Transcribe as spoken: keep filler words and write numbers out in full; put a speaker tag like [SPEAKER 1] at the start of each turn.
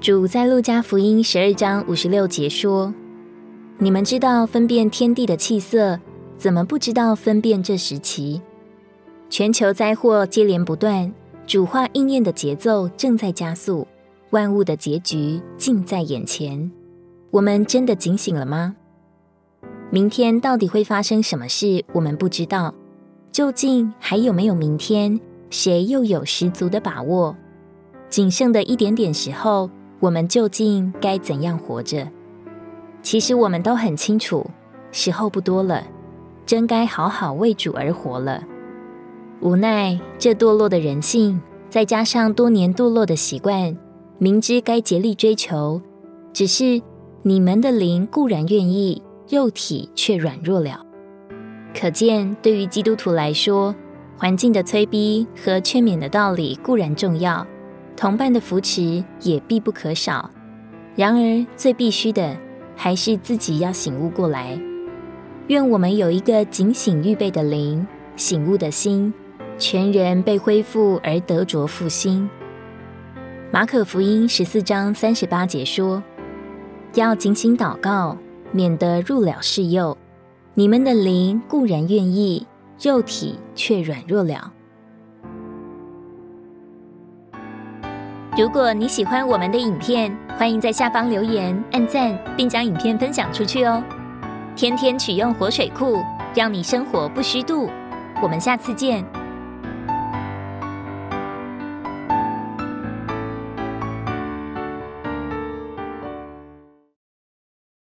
[SPEAKER 1] 主在路加福音十二章五十六节说：你们知道分辨天地的气色，怎么不知道分辨这时期？全球灾祸接连不断，主话应验的节奏正在加速，万物的结局近在眼前。我们真的警醒了吗？明天到底会发生什么事，我们不知道。究竟还有没有明天？谁又有十足的把握？仅剩的一点点时候，我们究竟该怎样活着？其实我们都很清楚，时候不多了，真该好好为主而活了。无奈这堕落的人性，再加上多年堕落的习惯，明知该竭力追求，只是你们的灵固然愿意，肉体却软弱了。可见对于基督徒来说，环境的催逼和劝勉的道理固然重要，同伴的扶持也必不可少。然而最必须的还是自己要醒悟过来。愿我们有一个警醒预备的灵，醒悟的心，全人被恢复而得着复兴。马可福音十四章三十八节说：要警醒祷告，免得入了试诱。你们的灵固然愿意，肉体却软弱了。如果你喜欢我们的影片，欢迎在下方留言、按赞，并将影片分享出去哦。天天取用活水库，让你生活不虚度。我们下次见。